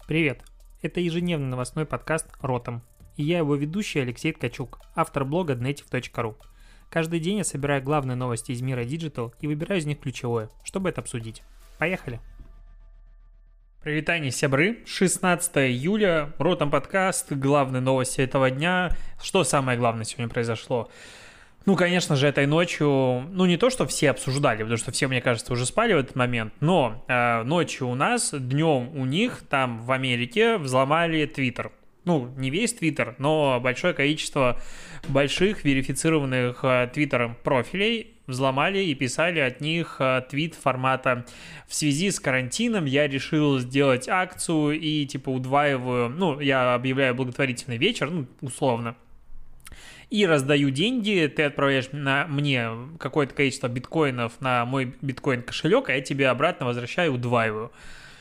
Привет! Это ежедневный новостной подкаст «Ротом». И я его ведущий Алексей Ткачук, автор блога dnetiv.ru. Каждый день я собираю главные новости из мира Digital и выбираю из них ключевое, чтобы это обсудить. Поехали! Привитание, сябры! 16 июля, «Ротом» подкаст, главные новости этого дня. Что самое главное сегодня произошло? Конечно же, этой ночью, не то, что все обсуждали, потому что все, мне кажется, уже спали в этот момент, но ночью у нас, днем у них, там в Америке взломали Твиттер. Не весь Твиттер, но большое количество больших верифицированных Твиттером профилей взломали и писали от них твит формата: в связи с карантином я решил сделать акцию и удваиваю, я объявляю благотворительный вечер, условно, и раздаю деньги, ты отправляешь мне какое-то количество биткоинов на мой биткоин-кошелек, а я тебе обратно возвращаю, удваиваю.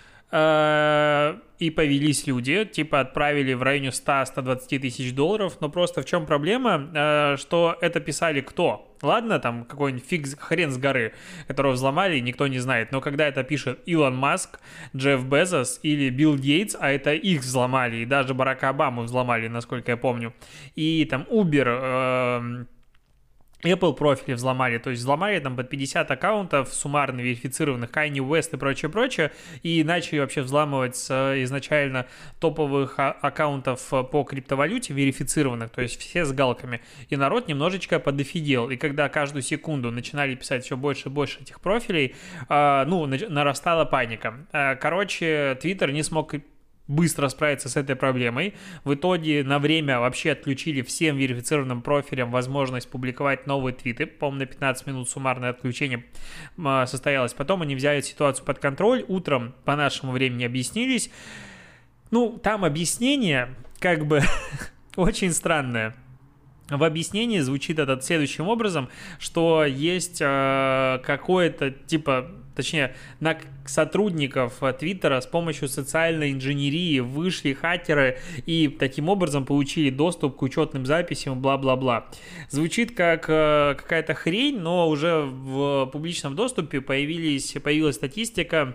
И повелись люди, отправили в районе 100-120 тысяч долларов, но просто в чем проблема, что это писали кто? Ладно, там какой-нибудь хрен с горы, которого взломали, никто не знает, но когда это пишет Илон Маск, Джефф Безос или Билл Гейтс, а это их взломали, и даже Барака Обаму взломали, насколько я помню, и там Uber, Apple профили взломали, то есть взломали там под 50 аккаунтов суммарно верифицированных, Kanye West и прочее, и начали вообще взламывать с изначально топовых аккаунтов по криптовалюте верифицированных, то есть все с галками, и народ немножечко подофигел, и когда каждую секунду начинали писать все больше и больше этих профилей, нарастала паника. Twitter не смог быстро справиться с этой проблемой. В итоге на время вообще отключили всем верифицированным профилям возможность публиковать новые твиты. По-моему, на 15 минут суммарное отключение состоялось. Потом они взяли ситуацию под контроль. Утром по нашему времени объяснились. Там объяснение очень странное. В объяснении звучит это следующим образом, что есть какое-то точнее, на сотрудников Твиттера с помощью социальной инженерии вышли хакеры и таким образом получили доступ к учетным записям, бла-бла-бла. Звучит как какая-то хрень, но уже в публичном доступе появилась статистика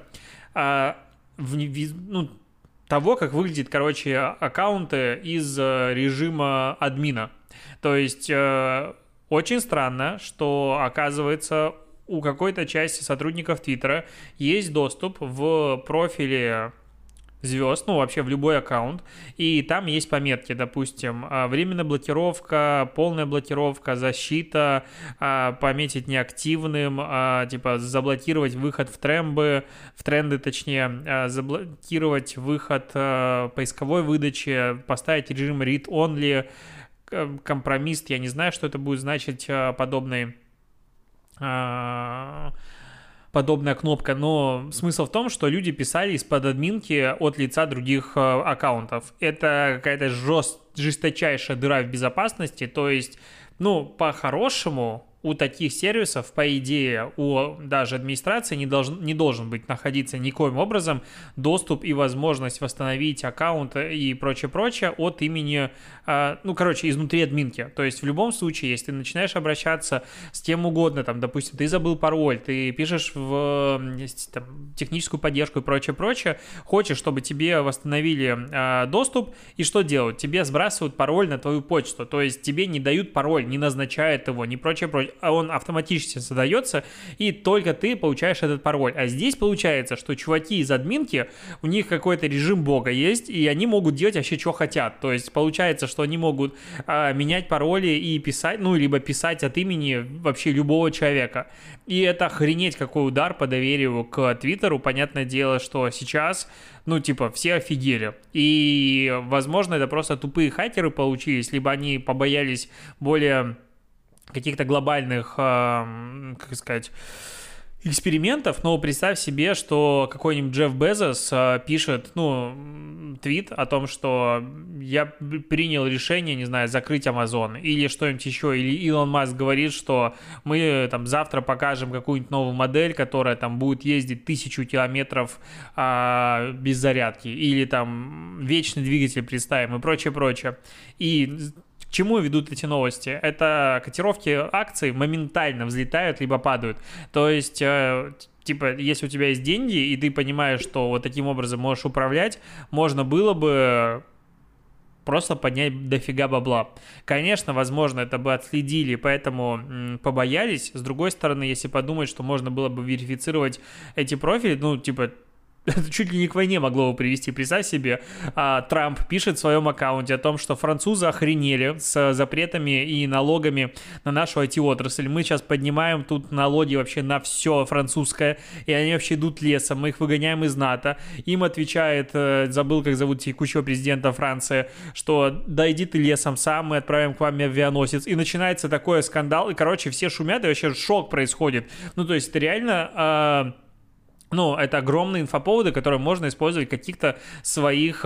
того, как выглядят, аккаунты из режима админа. То есть очень странно, что, оказывается, у какой-то части сотрудников Твиттера есть доступ в профиле звезд, вообще в любой аккаунт, и там есть пометки, допустим, временная блокировка, полная блокировка, защита, пометить неактивным, заблокировать выход в тренды, точнее, заблокировать выход поисковой выдачи, поставить режим read-only, компромисс, я не знаю, что это будет значить, подобная кнопка, но смысл в том, что люди писали из-под админки от лица других аккаунтов. Это какая-то жесточайшая дыра в безопасности, то есть, по-хорошему, у таких сервисов, по идее, у даже администрации не должен быть находиться никоим образом доступ и возможность восстановить аккаунт и прочее от имени, изнутри админки. То есть в любом случае, если ты начинаешь обращаться с кем угодно, допустим, ты забыл пароль, ты пишешь в техническую поддержку и прочее, хочешь, чтобы тебе восстановили доступ, и что делают? Тебе сбрасывают пароль на твою почту, то есть тебе не дают пароль, не назначают его, не прочее, а он автоматически задается, и только ты получаешь этот пароль. А здесь получается, что чуваки из админки, у них какой-то режим бога есть, и они могут делать вообще, что хотят. То есть получается, что они могут менять пароли и писать, либо писать от имени вообще любого человека. И это охренеть какой удар по доверию к Твиттеру. Понятное дело, что сейчас все офигели. И, возможно, это просто тупые хакеры получились, либо они побоялись более каких-то глобальных, экспериментов, но представь себе, что какой-нибудь Джефф Безос пишет, твит о том, что я принял решение, не знаю, закрыть Amazon или что-нибудь еще, или Илон Маск говорит, что мы завтра покажем какую-нибудь новую модель, которая будет ездить 1000 километров без зарядки, или вечный двигатель представим и прочее. И к чему ведут эти новости? Это котировки акций моментально взлетают либо падают. То есть типа, если у тебя есть деньги, и ты понимаешь, что вот таким образом можешь управлять, можно было бы просто поднять дофига бабла. Конечно, возможно, это бы отследили, поэтому побоялись. С другой стороны, если подумать, что можно было бы верифицировать эти профили, ну, типа, это чуть ли не к войне могло бы привести. Представь себе, Трамп пишет в своем аккаунте о том, что французы охренели с запретами и налогами на нашу IT-отрасль. Мы сейчас поднимаем тут налоги вообще на все французское, и они вообще идут лесом, мы их выгоняем из НАТО. Им отвечает, забыл, как зовут текущего президента Франции, что да иди ты лесом сам, мы отправим к вам авианосец. И начинается такой скандал, и, короче, все шумят, и вообще шок происходит. Ну, то есть это реально... Ну, это огромные инфоповоды, которые можно использовать в каких-то своих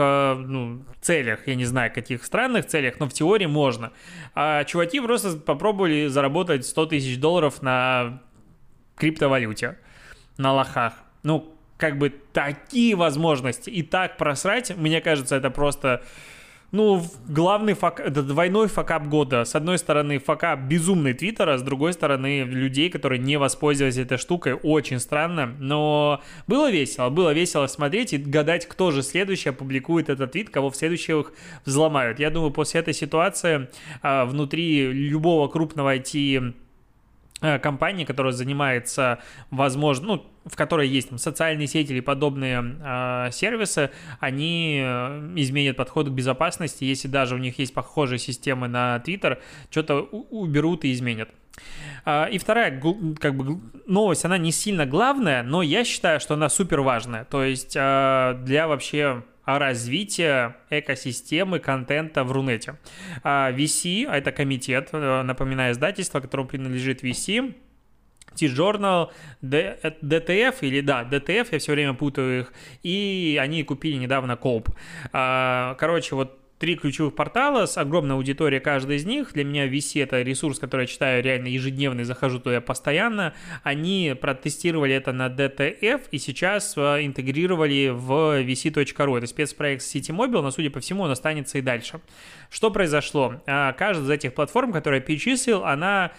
целях. Я не знаю, каких странных целях, но в теории можно. А чуваки просто попробовали заработать $100 тысяч на криптовалюте, на лохах. Ну, как бы такие возможности. И так просрать, мне кажется, это просто... Ну, главный это двойной факап года. С одной стороны, факап безумный Твиттера, с другой стороны, людей, которые не воспользовались этой штукой. Очень странно, но было весело смотреть и гадать, кто же следующий опубликует этот твит, кого в следующих взломают. Я думаю, после этой ситуации внутри любого крупного IT компании, которая занимается, возможно, ну, в которой есть там социальные сети или подобные сервисы, они изменят подход к безопасности, если даже у них есть похожие системы на Twitter, что-то уберут и изменят. И вторая, как бы, новость, она не сильно главная, но я считаю, что она супер важная, то есть для вообще развития экосистемы контента в Рунете. VC, а это комитет, напоминаю, издательство, которому принадлежит VC, T-Journal, DTF, или да, DTF, я все время путаю их, и они купили недавно Cope. Короче, вот 3 ключевых портала с огромной аудиторией каждый из них. Для меня VC — это ресурс, который я читаю реально ежедневно и захожу туда постоянно. Они протестировали это на DTF и сейчас интегрировали в vc.ru. Это спецпроект City Mobile, но, судя по всему, он останется и дальше. Что произошло? Каждая из этих платформ, которую я перечислил, она,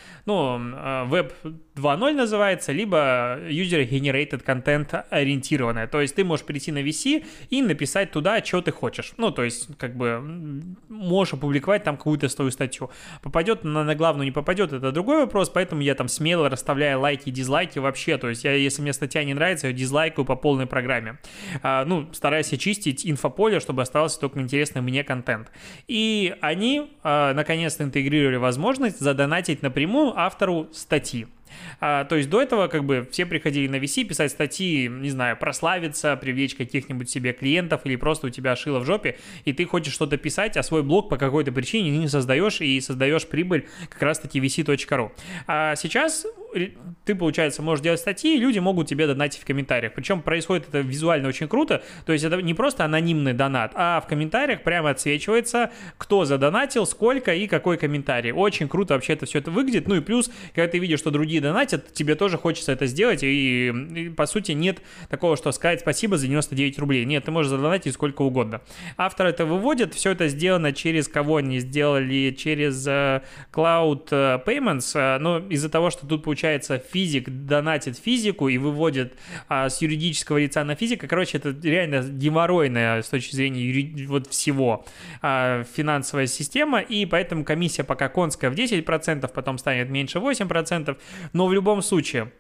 Web 2.0 называется, либо User-Generated Content ориентированная. То есть ты можешь перейти на VC и написать туда, что ты хочешь. Ну, то есть, как бы, можешь опубликовать там какую-то свою статью. Попадет она на главную, не попадет, это другой вопрос, поэтому я там смело расставляю лайки и дизлайки вообще. То есть, если мне статья не нравится, я дизлайкаю по полной программе. Стараюсь очистить инфополе, чтобы оставался только интересный мне контент. И они, наконец-то, интегрировали возможность задонатить напрямую автору статьи. То есть до этого как бы все приходили на VC писать статьи, не знаю, прославиться, привлечь каких-нибудь себе клиентов или просто у тебя шило в жопе, и ты хочешь что-то писать, а свой блог по какой-то причине не создаешь и создаешь прибыль как раз-таки vc.ru. А сейчас ты, получается, можешь делать статьи, и люди могут тебе донатить в комментариях. Причем происходит это визуально очень круто, то есть это не просто анонимный донат, а в комментариях прямо отсвечивается, кто задонатил, сколько и какой комментарий. Очень круто вообще это все это выглядит. Ну и плюс, когда ты видишь, что другие донатят, тебе тоже хочется это сделать, и по сути нет такого, что сказать спасибо за 99 рублей. Нет, ты можешь задонатить сколько угодно. Автор это выводит, все это сделано через кого они сделали, через Cloud Payments, но из-за того, что тут получается физик донатит физику и выводит с юридического лица на физика, короче, это реально геморройная с точки зрения вот всего финансовая система, и поэтому комиссия пока конская в 10%, потом станет меньше 8%, но в любом случае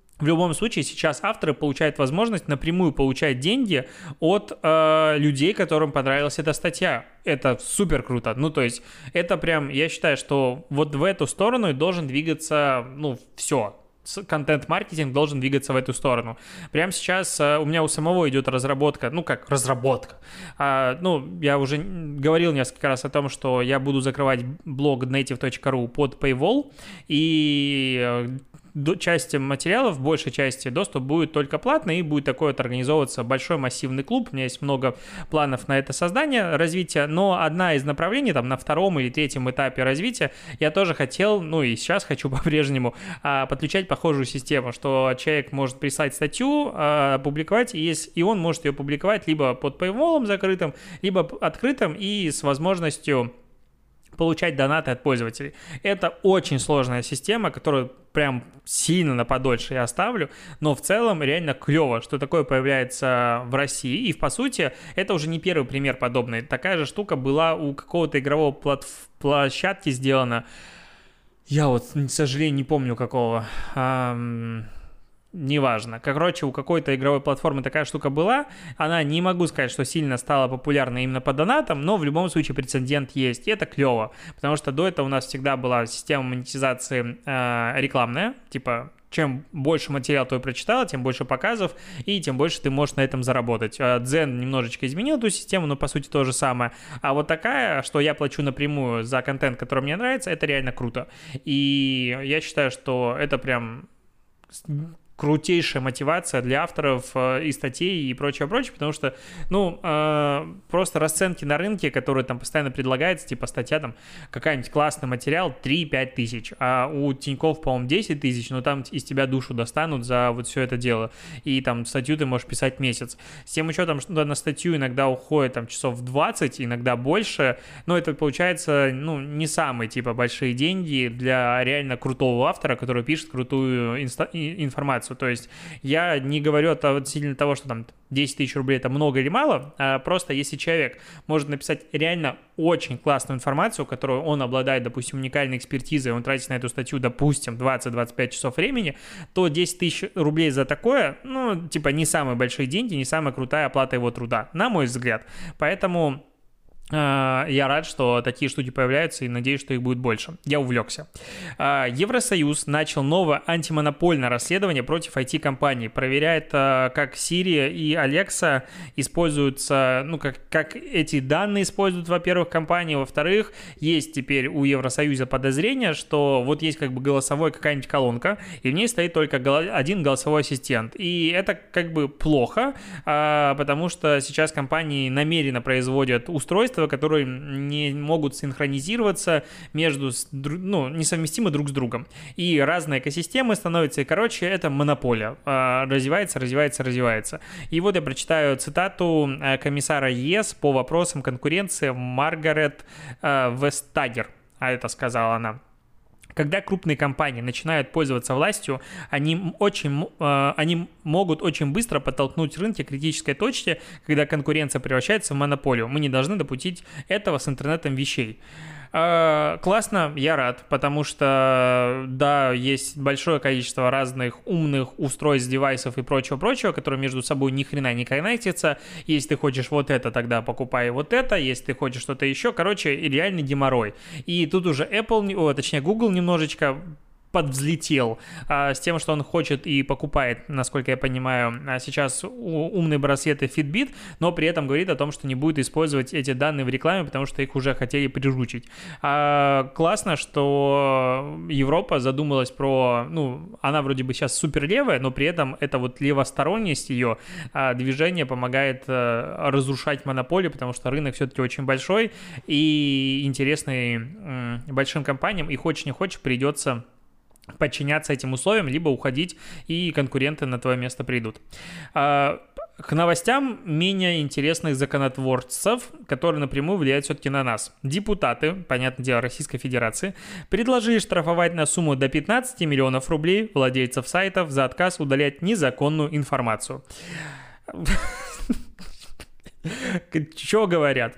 сейчас авторы получают возможность напрямую получать деньги от людей, которым понравилась эта статья. Это супер круто. Ну, то есть, это прям, я считаю, что вот в эту сторону должен двигаться, все. Контент-маркетинг должен двигаться в эту сторону. Прямо сейчас у меня у самого идет разработка, я уже говорил несколько раз о том, что я буду закрывать блог native.ru под paywall, и части материалов, большей части доступ будет только платный, и будет такой вот организовываться большой массивный клуб. У меня есть много планов на это создание, развитие, но одна из направлений, там, на 2-м или 3-м этапе развития, я тоже хотел, и сейчас хочу по-прежнему подключать похожую систему, что человек может прислать статью, опубликовать, и он может ее публиковать либо под paywall закрытым, либо открытым, и с возможностью получать донаты от пользователей. Это очень сложная система, которую прям сильно на подольше я оставлю, но в целом реально клево, что такое появляется в России, и, по сути, это уже не первый пример подобный. Такая же штука была у какого-то игрового площадки сделана. Я вот, к сожалению, не помню какого. Неважно. Короче, у какой-то игровой платформы такая штука была. Она, не могу сказать, что сильно стала популярна именно по донатам, но в любом случае прецедент есть. И это клево, потому что до этого у нас всегда была система монетизации рекламная. Типа, чем больше материал ты прочитал, тем больше показов, и тем больше ты можешь на этом заработать. Дзен немножечко изменил эту систему, но по сути то же самое. А вот такая, что я плачу напрямую за контент, который мне нравится, это реально круто. И я считаю, что это прям крутейшая мотивация для авторов и статей и прочее, потому что, просто расценки на рынке, которые там постоянно предлагаются, типа статья там, какая-нибудь классный материал, 3-5 тысяч, а у Тинькофф, по-моему, 10 тысяч, но там из тебя душу достанут за вот все это дело, и там статью ты можешь писать месяц. С тем учетом, что на статью иногда уходит там часов 20, иногда больше, но это получается, не самые, типа, большие деньги для реально крутого автора, который пишет крутую информацию. То есть я не говорю относительно того, что там 10 тысяч рублей это много или мало, а просто если человек может написать реально очень классную информацию, которую он обладает, допустим, уникальной экспертизой, он тратит на эту статью, допустим, 20-25 часов времени, то 10 тысяч рублей за такое, не самые большие деньги, не самая крутая оплата его труда, на мой взгляд. Поэтому я рад, что такие штуки появляются, и надеюсь, что их будет больше. Я увлекся. Евросоюз начал новое антимонопольное расследование против IT-компаний. Проверяет, как Siri и Alexa используются, как эти данные используют, во-первых, компании. Во-вторых, есть теперь у Евросоюза подозрение, что вот есть как бы голосовой какая-нибудь колонка, и в ней стоит только один голосовой ассистент. И это как бы плохо, потому что сейчас компании намеренно производят устройства, которые не могут синхронизироваться несовместимы друг с другом. И разные экосистемы становятся, и, это монополия. Развивается. И вот я прочитаю цитату комиссара ЕС по вопросам конкуренции Маргарет Вестагер. Это сказала она. Когда крупные компании начинают пользоваться властью, они могут очень быстро подтолкнуть рынки к критической точке, когда конкуренция превращается в монополию. Мы не должны допустить этого с интернетом вещей. Классно, я рад, потому что, да, есть большое количество разных умных устройств, девайсов и прочего, которые между собой ни хрена не коннектятся. Если ты хочешь вот это, тогда покупай вот это, если ты хочешь что-то еще, реальный геморрой. И тут уже Google немножечко подвзлетел с тем, что он хочет и покупает, насколько я понимаю, сейчас умные браслеты Fitbit, но при этом говорит о том, что не будет использовать эти данные в рекламе, потому что их уже хотели приручить. Классно, что Европа задумалась про, она вроде бы сейчас супер левая, но при этом это вот левосторонность ее движение помогает разрушать монополию, потому что рынок все-таки очень большой и интересный большим компаниям, и хочешь не хочешь придется подчиняться этим условиям, либо уходить, и конкуренты на твое место придут. К новостям менее интересных законотворцев, которые напрямую влияют все-таки на нас. Депутаты, понятное дело, Российской Федерации, предложили штрафовать на сумму до 15 миллионов рублей владельцев сайтов за отказ удалять незаконную информацию. Что говорят?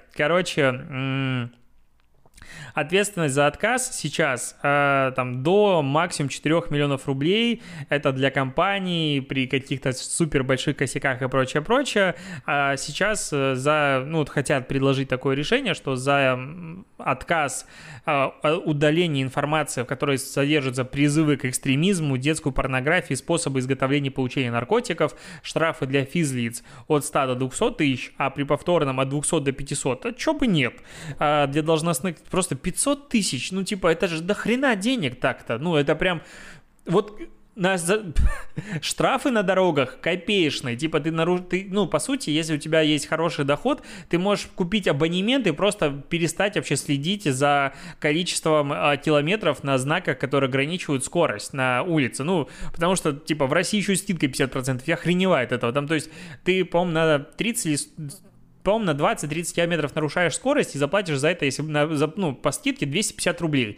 Ответственность за отказ сейчас до максимум 4 миллионов рублей. Это для компаний при каких-то супер больших косяках и прочее. Сейчас хотят предложить такое решение, что за отказ удаления информации, в которой содержатся призывы к экстремизму, детскую порнографию, способы изготовления и получения наркотиков, штрафы для физлиц от 100 до 200 тысяч, а при повторном от 200 до 500. А чё бы нет? Для должностных просто 500 тысяч, это же до хрена денег так-то. Это прям, штрафы на дорогах копеечные. По сути, если у тебя есть хороший доход, ты можешь купить абонемент и просто перестать вообще следить за количеством километров на знаках, которые ограничивают скорость на улице. Потому что, в России еще скидка 50%. Я охреневаю от этого. То есть, ты, по-моему, на 30 или по-моему, на 20-30 километров нарушаешь скорость и заплатишь за это, если по скидке 250 рублей.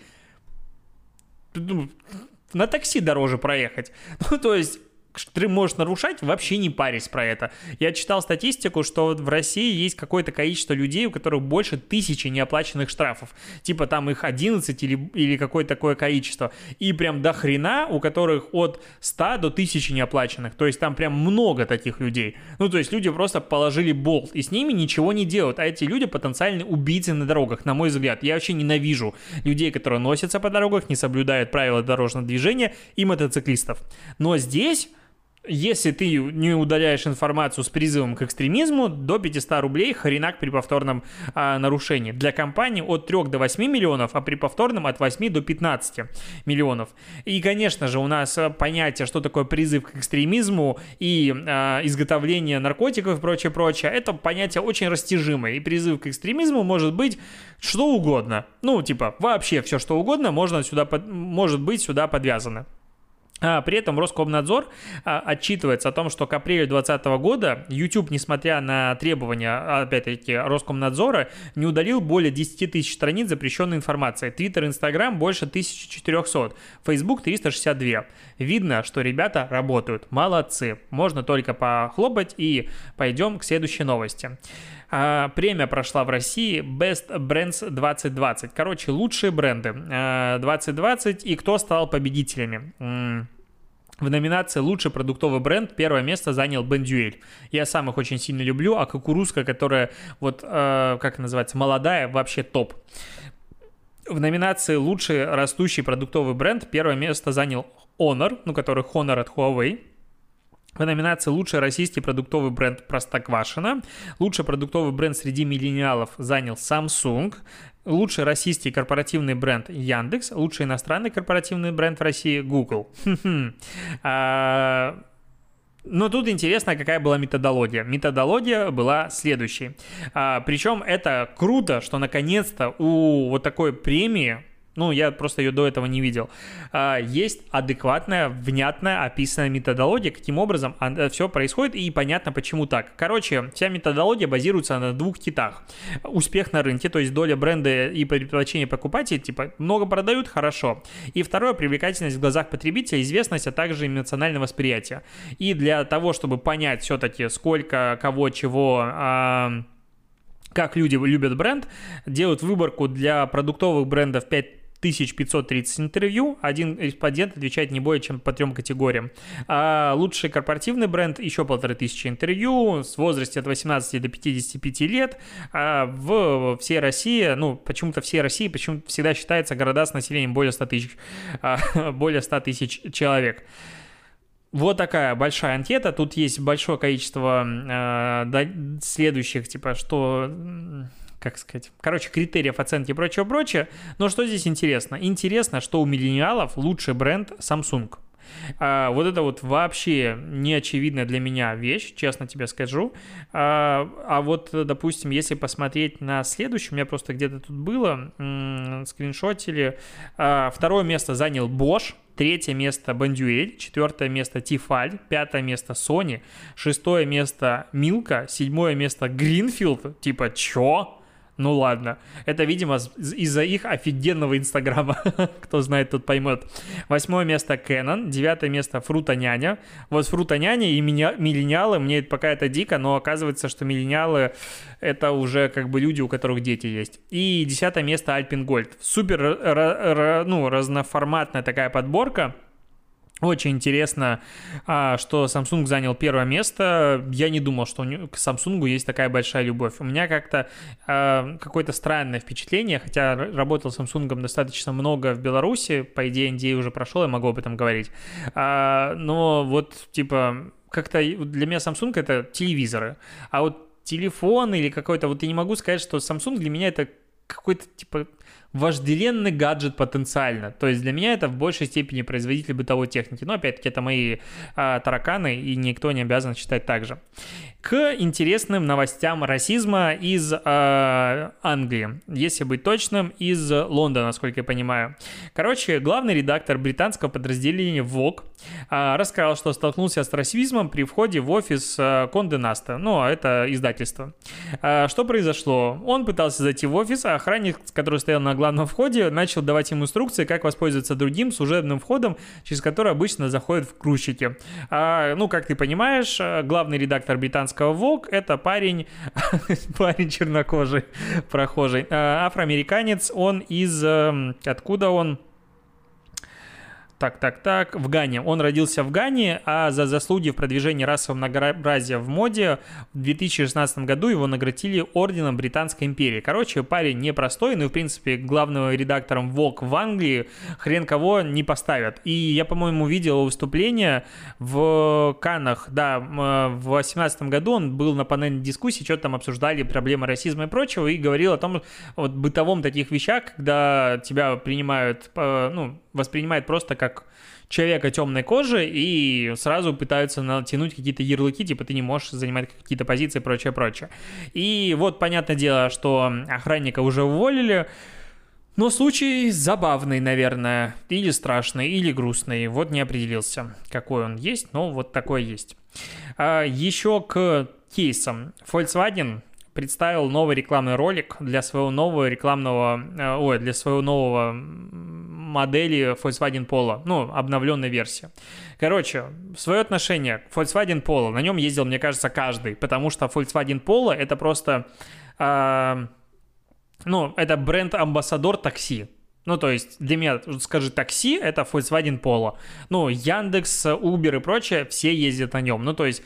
На такси дороже проехать. То есть ты можешь нарушать, вообще не парясь про это. Я читал статистику, что в России есть какое-то количество людей, у которых больше 1000 неоплаченных штрафов. Типа там их 11 или какое-то такое количество. И прям до хрена, у которых от 100 до 1000 неоплаченных. То есть там прям много таких людей. То есть люди просто положили болт, и с ними ничего не делают. А эти люди потенциальные убийцы на дорогах, на мой взгляд. Я вообще ненавижу людей, которые носятся по дорогах, не соблюдают правила дорожного движения и мотоциклистов. Но здесь... Если ты не удаляешь информацию с призывом к экстремизму, до 500 рублей хренак при повторном нарушении. Для компании от 3 до 8 миллионов, а при повторном от 8 до 15 миллионов. И, конечно же, у нас понятие, что такое призыв к экстремизму и изготовление наркотиков и прочее, это понятие очень растяжимое. И призыв к экстремизму может быть что угодно. Вообще все что угодно может быть сюда подвязано. При этом Роскомнадзор отчитывается о том, что к апрелю 2020 года YouTube, несмотря на требования, опять-таки, Роскомнадзора, не удалил более 10 тысяч страниц запрещенной информации. Twitter, Instagram больше 1400, Facebook 362. Видно, что ребята работают. Молодцы. Можно только похлопать, и пойдем к следующей новости. Премия прошла в России Best Brands 2020. Короче, лучшие бренды 2020. И кто стал победителями? В номинации «Лучший продуктовый бренд» первое место занял Бондюэль. Я сам их очень сильно люблю, а кукурузка, которая как называется, молодая, вообще топ. В номинации «Лучший растущий продуктовый бренд» первое место занял Honor, который Honor от Huawei. В номинации «Лучший российский продуктовый бренд» Простоквашино. Лучший продуктовый бренд среди миллениалов занял Samsung. Лучший российский корпоративный бренд Яндекс. Лучший иностранный корпоративный бренд в России Google. Но тут интересно, какая была методология. Методология была следующей. Причем это круто, что наконец-то у вот такой премии, я просто ее до этого не видел, есть адекватная, внятная, описанная методология, каким образом все происходит, и понятно, почему так. Короче, вся методология базируется на 2 китах. Успех на рынке, то есть доля бренда и предпочтение покупателей, много продают, хорошо. И второе, привлекательность в глазах потребителя, известность, а также эмоциональное восприятие. И для того, чтобы понять все-таки, сколько, кого, чего... как люди любят бренд, делают выборку для продуктовых брендов 5530 интервью, один респондент отвечает не более чем по 3 категориям. Лучший корпоративный бренд еще 1500 интервью в возрасте от 18 до 55 лет в всей России, почему-то всегда считается города с населением более 100 тысяч человек. Вот такая большая анкета. Тут есть большое количество следующих, критериев оценки и прочее. Но что здесь интересно? Интересно, что у миллениалов лучший бренд Samsung. Вот это вообще неочевидная для меня вещь, честно тебе скажу. Допустим, если посмотреть на следующий, у меня просто где-то тут было, скриншотили. 2-е место занял Bosch, 3-е место Бондюэль, 4-е место Тефаль, 5-е место Sony, 6-е место Milka, 7-е место Greenfield. Чё? Ладно. Это, видимо, из-за их офигенного инстаграма. Кто знает, тот поймет. 8-е место Canon, 9-е место Фрутоняня. Вот Фрутоняня и миллениалы, мне пока это дико, но оказывается, что миллениалы — это уже люди, у которых дети есть. И 10-е место Alpengold. Супер разноформатная такая подборка. Очень интересно, что Samsung занял 1-е место. Я не думал, что к Samsung есть такая большая любовь. У меня как-то какое-то странное впечатление, хотя работал с Samsung достаточно много в Беларуси, по идее, NDA уже прошел, я могу об этом говорить. Но как-то для меня Samsung — это телевизоры, а вот телефон или какой-то, я не могу сказать, что Samsung для меня это какой-то вожделенный гаджет потенциально. То есть для меня это в большей степени производитель бытовой техники. Но опять-таки это мои тараканы, и никто не обязан считать так же. К интересным новостям расизма из Англии. Если быть точным, из Лондона, насколько я понимаю. Главный редактор британского подразделения Vogue рассказал, что столкнулся с расизмом при входе в офис Конде Наста. Ну, это издательство. Что произошло? Он пытался зайти в офис, а охранник, который стоял на главном входе, начал давать ему инструкции, как воспользоваться другим служебным входом, через который обычно заходят в грузчики. Ну, как ты понимаешь, главный редактор британского Vogue — это парень чернокожий, прохожий, афроамериканец. Он из... Откуда он? В Гане. Он родился в Гане, а за заслуги в продвижении расового многообразия в моде в 2016 году его наградили орденом Британской империи. Короче, парень непростой, но, в принципе, главным редактором Vogue в Англии хрен кого не поставят. И я, по-моему, видел выступление в Каннах, да, в 2018 году он был на панельной дискуссии, что-то там обсуждали проблемы расизма и прочего, и говорил о том, вот, бытовом таких вещах, когда тебя принимают, воспринимают просто как человека темной кожи и сразу пытаются натянуть какие-то ярлыки, типа ты не можешь занимать какие-то позиции и прочее. И вот понятное дело, что охранника уже уволили, но случай забавный, наверное, или страшный, или грустный. Вот не определился, какой он есть, но вот такой есть. Еще к кейсам. Volkswagen представил новый рекламный ролик для своего нового модели Volkswagen Polo, обновленной версии. Короче, свое отношение к Volkswagen Polo, на нем ездил, мне кажется, каждый, потому что Volkswagen Polo это просто, это бренд-амбассадор такси. То есть для меня, скажи, такси — это Volkswagen Polo. Яндекс, Uber и прочее, все ездят на нем. То есть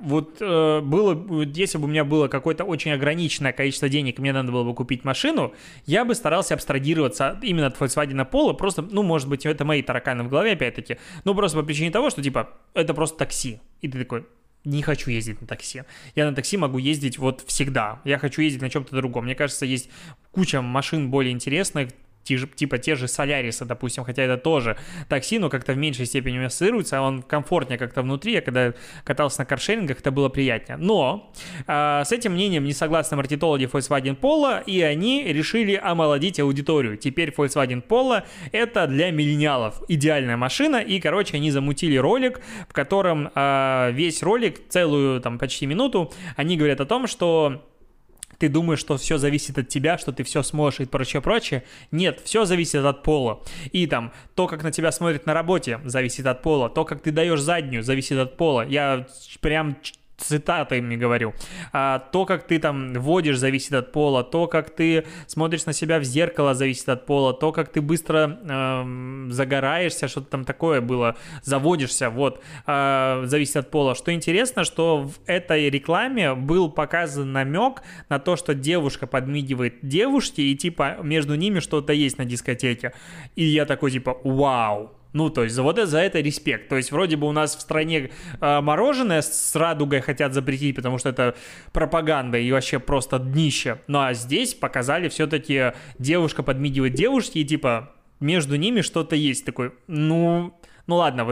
если бы у меня было какое-то очень ограниченное количество денег, и мне надо было бы купить машину, я бы старался абстрагироваться именно от Volkswagen Polo. Просто, может быть, это мои тараканы в голове, опять-таки. Просто по причине того, что, это просто такси. И ты такой... Не хочу ездить на такси. Я на такси могу ездить всегда. Я хочу ездить на чем-то другом. Мне кажется, есть куча машин более интересных, типа те же Солярисы, допустим, хотя это тоже такси, но как-то в меньшей степени у меня ассоциируется, а он комфортнее как-то внутри. Я когда катался на каршерингах, это было приятнее. Но с этим мнением не согласны маркетологи Volkswagen Polo, и они решили омолодить аудиторию. Теперь Volkswagen Polo — это для миллениалов идеальная машина, и, они замутили ролик, в котором весь ролик, целую почти минуту, они говорят о том, что ты думаешь, что все зависит от тебя, что ты все сможешь и прочее. Нет, все зависит от пола. И то, как на тебя смотрят на работе, зависит от пола. То, как ты даешь заднюю, зависит от пола. Я прям цитатами говорю. То, как ты водишь, зависит от пола. То, как ты смотришь на себя в зеркало, зависит от пола. То, как ты быстро загораешься, что-то такое было, заводишься, зависит от пола. Что интересно, что в этой рекламе был показан намек на то, что девушка подмигивает девушке, и между ними что-то есть на дискотеке. И я такой вау. То есть за это респект. То есть вроде бы у нас в стране мороженое с радугой хотят запретить, потому что это пропаганда и вообще просто днище. А здесь показали все-таки девушка подмигивает девушке, и между ними что-то есть. Такой, ладно,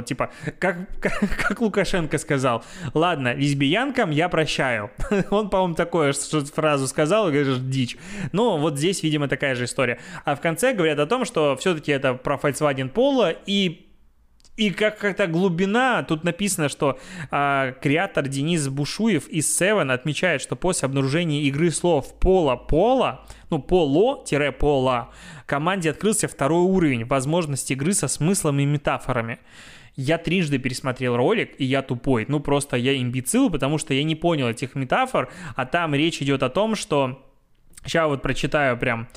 как Лукашенко сказал, ладно, лесбиянкам я прощаю. Он, по-моему, такую фразу сказал, и говорит, дичь. Здесь, видимо, такая же история. А в конце говорят о том, что все-таки это про Volkswagen Polo, и как-то глубина, тут написано, что креатор Денис Бушуев из Seven отмечает, что после обнаружения игры слов поло-поло, поло-пола, команде открылся второй уровень возможности игры со смыслом и метафорами. Я трижды пересмотрел ролик, и я тупой. Просто я имбецил, потому что я не понял этих метафор, а там речь идет о том, что... Сейчас прочитаю прям...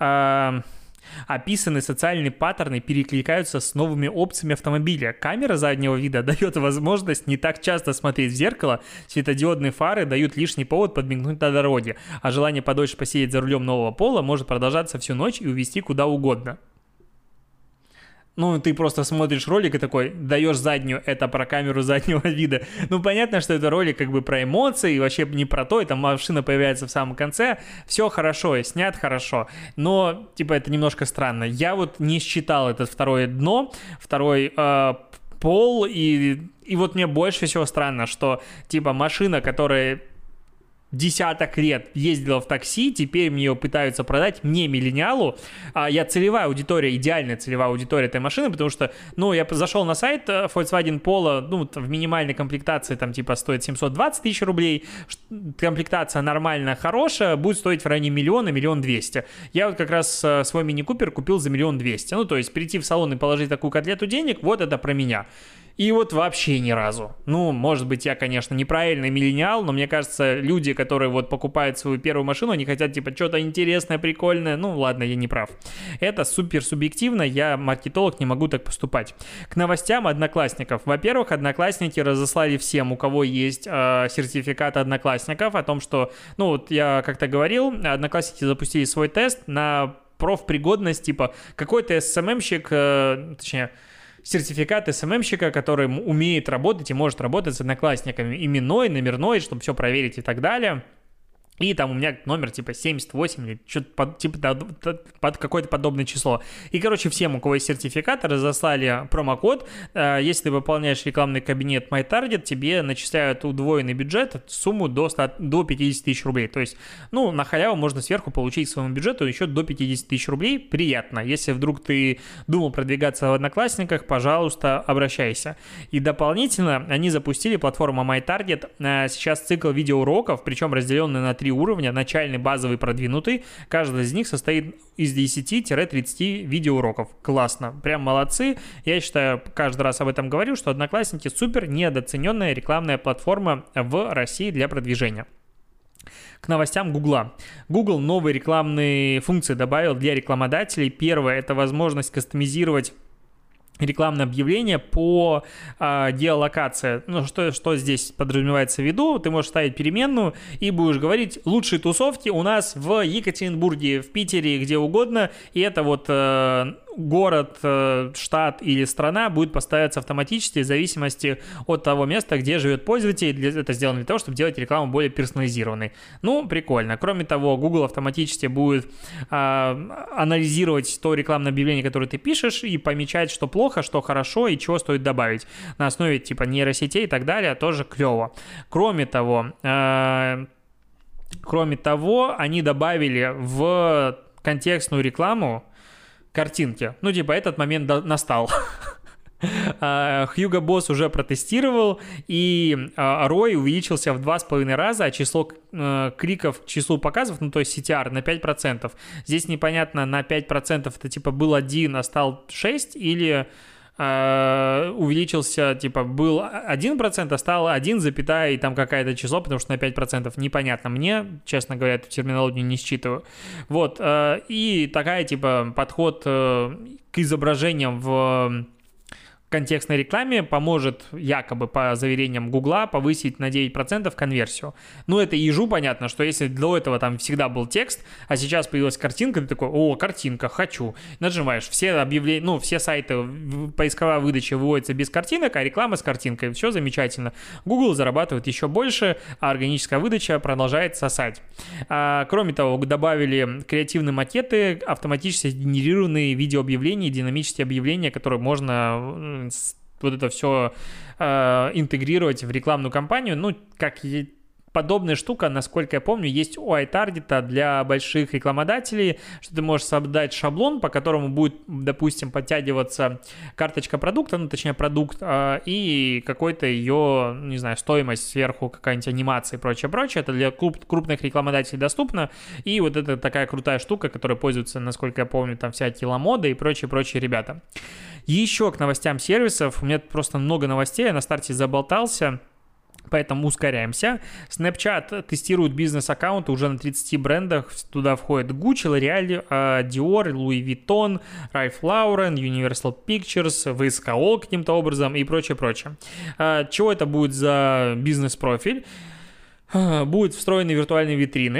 Описанные социальные паттерны перекликаются с новыми опциями автомобиля. Камера заднего вида дает возможность не так часто смотреть в зеркало, светодиодные фары дают лишний повод подмигнуть на дороге, а желание подольше посидеть за рулем нового пола может продолжаться всю ночь и увезти куда угодно. Ты просто смотришь ролик и такой, даешь заднюю, это про камеру заднего вида. Понятно, что это ролик про эмоции, и вообще не про то, и там машина появляется в самом конце. Все хорошо, снят хорошо, но, это немножко странно. Я не считал это второе дно, второй пол, и мне больше всего странно, что, машина, которая десяток лет ездила в такси, теперь мне ее пытаются продать, мне, миллениалу. Я целевая аудитория, идеальная целевая аудитория этой машины, потому что, я зашел на сайт Volkswagen Polo, в минимальной комплектации там типа стоит 720 тысяч рублей, комплектация нормальная, хорошая, будет стоить в районе 1 200 000. Я вот как раз свой мини-купер купил за 1 200 000. То есть прийти в салон и положить такую котлету денег, вот это про меня. И вот вообще ни разу. Может быть, я, конечно, неправильный миллениал, но мне кажется, люди, которые вот покупают свою первую машину, они хотят, типа, что-то интересное, прикольное. Ладно, я не прав. Это супер субъективно, я, маркетолог, не могу так поступать. К новостям Одноклассников. Во-первых, Одноклассники разослали всем, у кого есть сертификат Одноклассников, о том, что, я как-то говорил, Одноклассники запустили свой тест на профпригодность, типа, какой-то СММщик, точнее, сертификат СММщика, который умеет работать и может работать с Одноклассниками, именной, номерной, чтобы все проверить и так далее. И там у меня номер типа 78 или что-то под какое-то подобное число. И, короче, всем, у кого есть сертификат, разослали промокод. Если ты выполняешь рекламный кабинет MyTarget, тебе начисляют удвоенный бюджет, сумму до 50 тысяч рублей. То есть, на халяву можно сверху получить к своему бюджету еще до 50 тысяч рублей. Приятно. Если вдруг ты думал продвигаться в Одноклассниках, пожалуйста, обращайся. И дополнительно они запустили платформу MyTarget. Сейчас цикл видеоуроков, причем разделенный на 3 уровня, начальный, базовый, продвинутый. Каждый из них состоит из 10-30 видеоуроков. Классно, прям молодцы. Я считаю, каждый раз об этом говорю, что Одноклассники супер недооцененная рекламная платформа в России для продвижения. К новостям Гугла. Google новые рекламные функции добавил для рекламодателей. Первое – это возможность кастомизировать рекламное объявление по геолокации. Что здесь подразумевается в виду? Ты можешь ставить переменную и будешь говорить: лучшие тусовки у нас в Екатеринбурге, в Питере, где угодно. И это вот город, штат или страна будет поставиться автоматически в зависимости от того места, где живет пользователь. Это сделано для того, чтобы делать рекламу более персонализированной. Прикольно. Кроме того, Google автоматически будет анализировать то рекламное объявление, которое ты пишешь, и помечать, что плохо, что хорошо и чего стоит добавить. На основе типа нейросетей и так далее. Тоже клево. Кроме того, они добавили в контекстную рекламу картинки. Этот момент настал. Hugo Boss уже протестировал, и ROI увеличился в 2,5 раза, а число кликов к числу показов, то есть CTR, на 5%. Здесь непонятно, на 5% это типа был 1, а стал 6, или увеличился, типа был 1%, а стало 1, и там какое-то число, потому что на 5% непонятно мне, честно говоря, эту терминологию не считываю. Вот, и такая типа подход к изображениям в контекстной рекламе поможет, якобы по заверениям Гугла, повысить на 9% конверсию. Это ежу понятно, что если до этого там всегда был текст, а сейчас появилась картинка, ты такой: о, картинка, хочу. Нажимаешь, все объявления, все сайты, поисковая выдача выводится без картинок, а реклама с картинкой. Все замечательно. Google зарабатывает еще больше, а органическая выдача продолжает сосать. Кроме того, добавили креативные макеты, автоматически генерированные видеообъявления, динамические объявления, которые можно вот это все интегрировать в рекламную кампанию. Как подобная штука, насколько я помню, есть у iTarget для больших рекламодателей, что ты можешь создать шаблон, по которому будет, допустим, подтягиваться карточка продукта, точнее продукт, и какой-то ее, не знаю, стоимость сверху, какая-нибудь анимация и прочее. Это для крупных рекламодателей доступно, и вот это такая крутая штука, которой пользуются, насколько я помню, там всякие Ламода и прочие ребята. Еще к новостям сервисов. У меня просто много новостей, я на старте заболтался, поэтому ускоряемся. Snapchat тестирует бизнес-аккаунты уже на 30 брендах. Туда входят Gucci, L'Oreal, Dior, Louis Vuitton, Ralph Lauren, Universal Pictures, ВСКО каким-то образом и прочее. Чего это будет за бизнес-профиль? Будут встроены виртуальные витрины.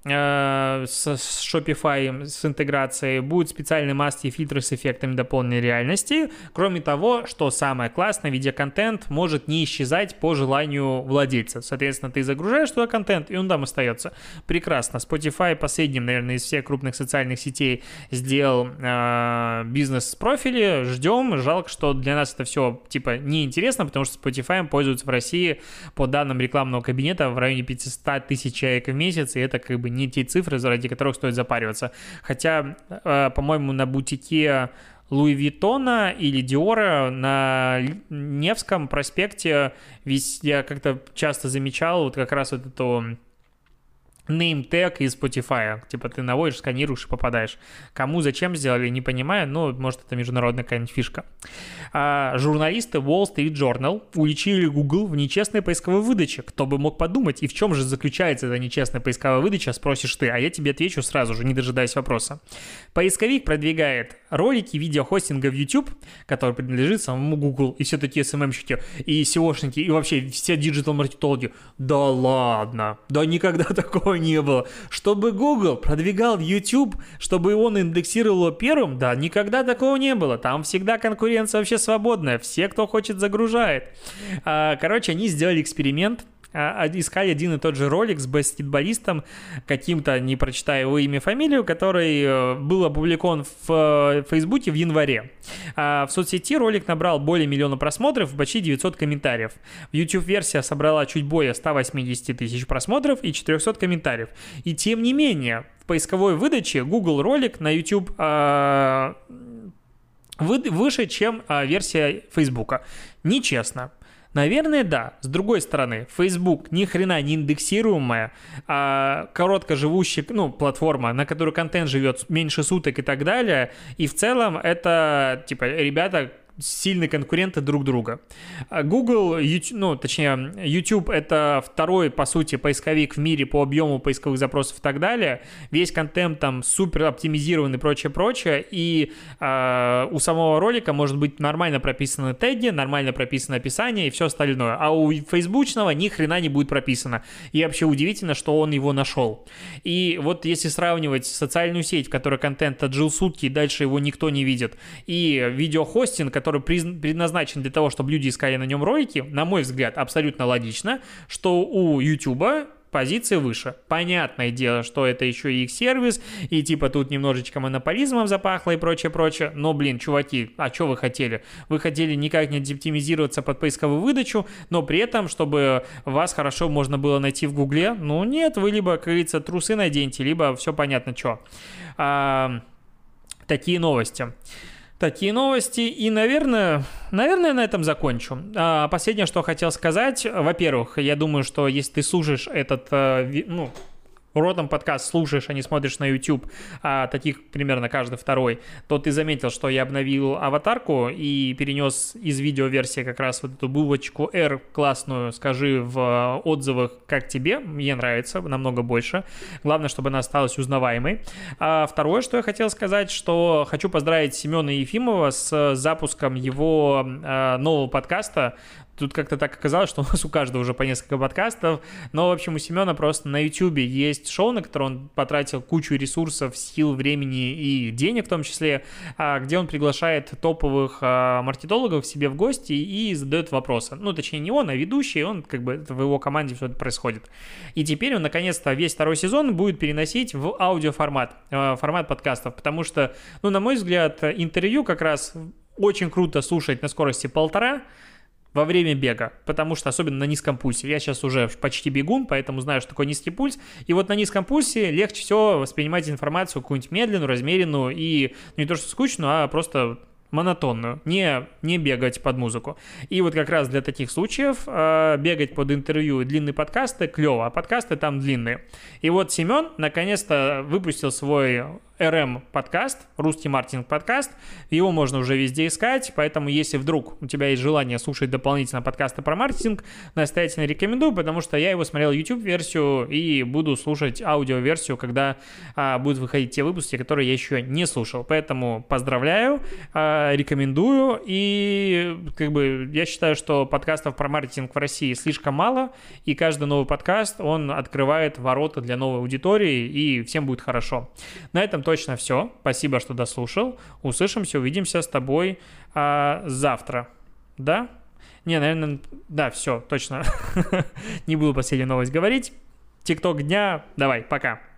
с Shopify, с интеграцией, будут специальные маски и фильтры с эффектами дополненной реальности. Кроме того, что самое классное, видеоконтент может не исчезать по желанию владельца. Соответственно, ты загружаешь туда контент, и он там остается. Прекрасно. Spotify последним, наверное, из всех крупных социальных сетей сделал бизнес-профили. Ждем. Жалко, что для нас это все типа неинтересно, потому что Spotify пользуются в России по данным рекламного кабинета в районе 500 тысяч человек в месяц, и это как бы не те цифры, ради которых стоит запариваться. Хотя, по-моему, на бутике Луи Виттона или Диора на Невском проспекте я как-то часто замечал вот как раз вот эту name-tag из Spotify. Типа ты наводишь, сканируешь и попадаешь. Кому, зачем сделали, не понимаю, но может это международная какая-нибудь фишка. Журналисты Wall Street Journal уличили Google в нечестной поисковой выдаче. Кто бы мог подумать, и в чем же заключается эта нечестная поисковая выдача, спросишь ты, а я тебе отвечу сразу же, не дожидаясь вопроса. Поисковик продвигает ролики видеохостинга в YouTube, который принадлежит самому Google, и все такие SMM-щики, и SEOшники, и вообще все диджитал-маркетологи. Да ладно, да никогда такого не было. Чтобы Google продвигал YouTube, чтобы он индексировал его первым, да, никогда такого не было. Там всегда конкуренция вообще свободная. Все, кто хочет, загружает. Короче, они сделали эксперимент. Искали один и тот же ролик с баскетболистом, каким-то, не прочитая его имя и фамилию, который был опубликован в Фейсбуке в январе. В соцсети ролик набрал более 1 миллиона просмотров и почти 900 комментариев. В YouTube-версия собрала чуть более 180 тысяч просмотров и 400 комментариев. И тем не менее, в поисковой выдаче Google ролик на YouTube выше, чем версия Фейсбука. Нечестно. Наверное, да. С другой стороны, Facebook ни хрена не индексируемая, короткоживущая, платформа, на которой контент живет меньше суток и так далее. И в целом это, ребята, сильные конкуренты друг друга. Google, YouTube — это второй, по сути, поисковик в мире по объему поисковых запросов и так далее. Весь контент там супер оптимизирован и прочее. И у самого ролика может быть нормально прописаны теги, нормально прописано описание и все остальное. А у фейсбучного ни хрена не будет прописано. И вообще удивительно, что он его нашел. И вот если сравнивать социальную сеть, в которой контент отжил сутки и дальше его никто не видит, и видеохостинг, который предназначен для того, чтобы люди искали на нем ролики, на мой взгляд, абсолютно логично, что у YouTube позиции выше. Понятное дело, что это еще и их сервис, и тут немножечко монополизмом запахло и прочее. Но, чуваки, а что вы хотели? Вы хотели никак не оптимизироваться под поисковую выдачу, но при этом, чтобы вас хорошо можно было найти в Гугле? Ну нет, вы либо, как говорится, трусы наденьте, либо все понятно что. Такие новости, и, наверное, на этом закончу. Последнее, что хотел сказать, во-первых, я думаю, что если ты слушаешь этот, Ротом подкаст слушаешь, а не смотришь на YouTube, таких примерно каждый второй, то ты заметил, что я обновил аватарку и перенес из видеоверсии как раз вот эту булочку R классную, скажи в отзывах, как тебе, мне нравится намного больше, главное, чтобы она осталась узнаваемой. Второе, что я хотел сказать, что хочу поздравить Семена Ефимова с запуском его нового подкаста. Тут как-то так оказалось, что у нас у каждого уже по несколько подкастов, но, в общем, у Семена просто на YouTube есть шоу, на которое он потратил кучу ресурсов, сил, времени и денег в том числе, где он приглашает топовых маркетологов к себе в гости и задает вопросы. Точнее, не он, а ведущий, он в его команде все это происходит. И теперь он, наконец-то, весь второй сезон будет переносить в аудиоформат, формат подкастов, потому что, на мой взгляд, интервью как раз очень круто слушать на скорости 1,5 во время бега, потому что особенно на низком пульсе. Я сейчас уже почти бегун, поэтому знаю, что такое низкий пульс. И вот на низком пульсе легче всего воспринимать информацию какую-нибудь медленную, размеренную и не то что скучную, а просто монотонную, не бегать под музыку. И вот как раз для таких случаев бегать под интервью и длинные подкасты клево, а подкасты там длинные. И вот Семен наконец-то выпустил свой RM подкаст, русский маркетинг подкаст. Его можно уже везде искать, поэтому если вдруг у тебя есть желание слушать дополнительно подкасты про маркетинг, настоятельно рекомендую, потому что я его смотрел YouTube-версию и буду слушать аудио-версию, когда будут выходить те выпуски, которые я еще не слушал. Поэтому поздравляю, рекомендую, и как бы я считаю, что подкастов про маркетинг в России слишком мало, и каждый новый подкаст, он открывает ворота для новой аудитории, и всем будет хорошо. На этом точно все. Спасибо, что дослушал. Услышимся, увидимся с тобой завтра. Да? Не, наверное, да, все, точно. Не буду последнюю новость говорить. ТикТок дня. Давай, пока.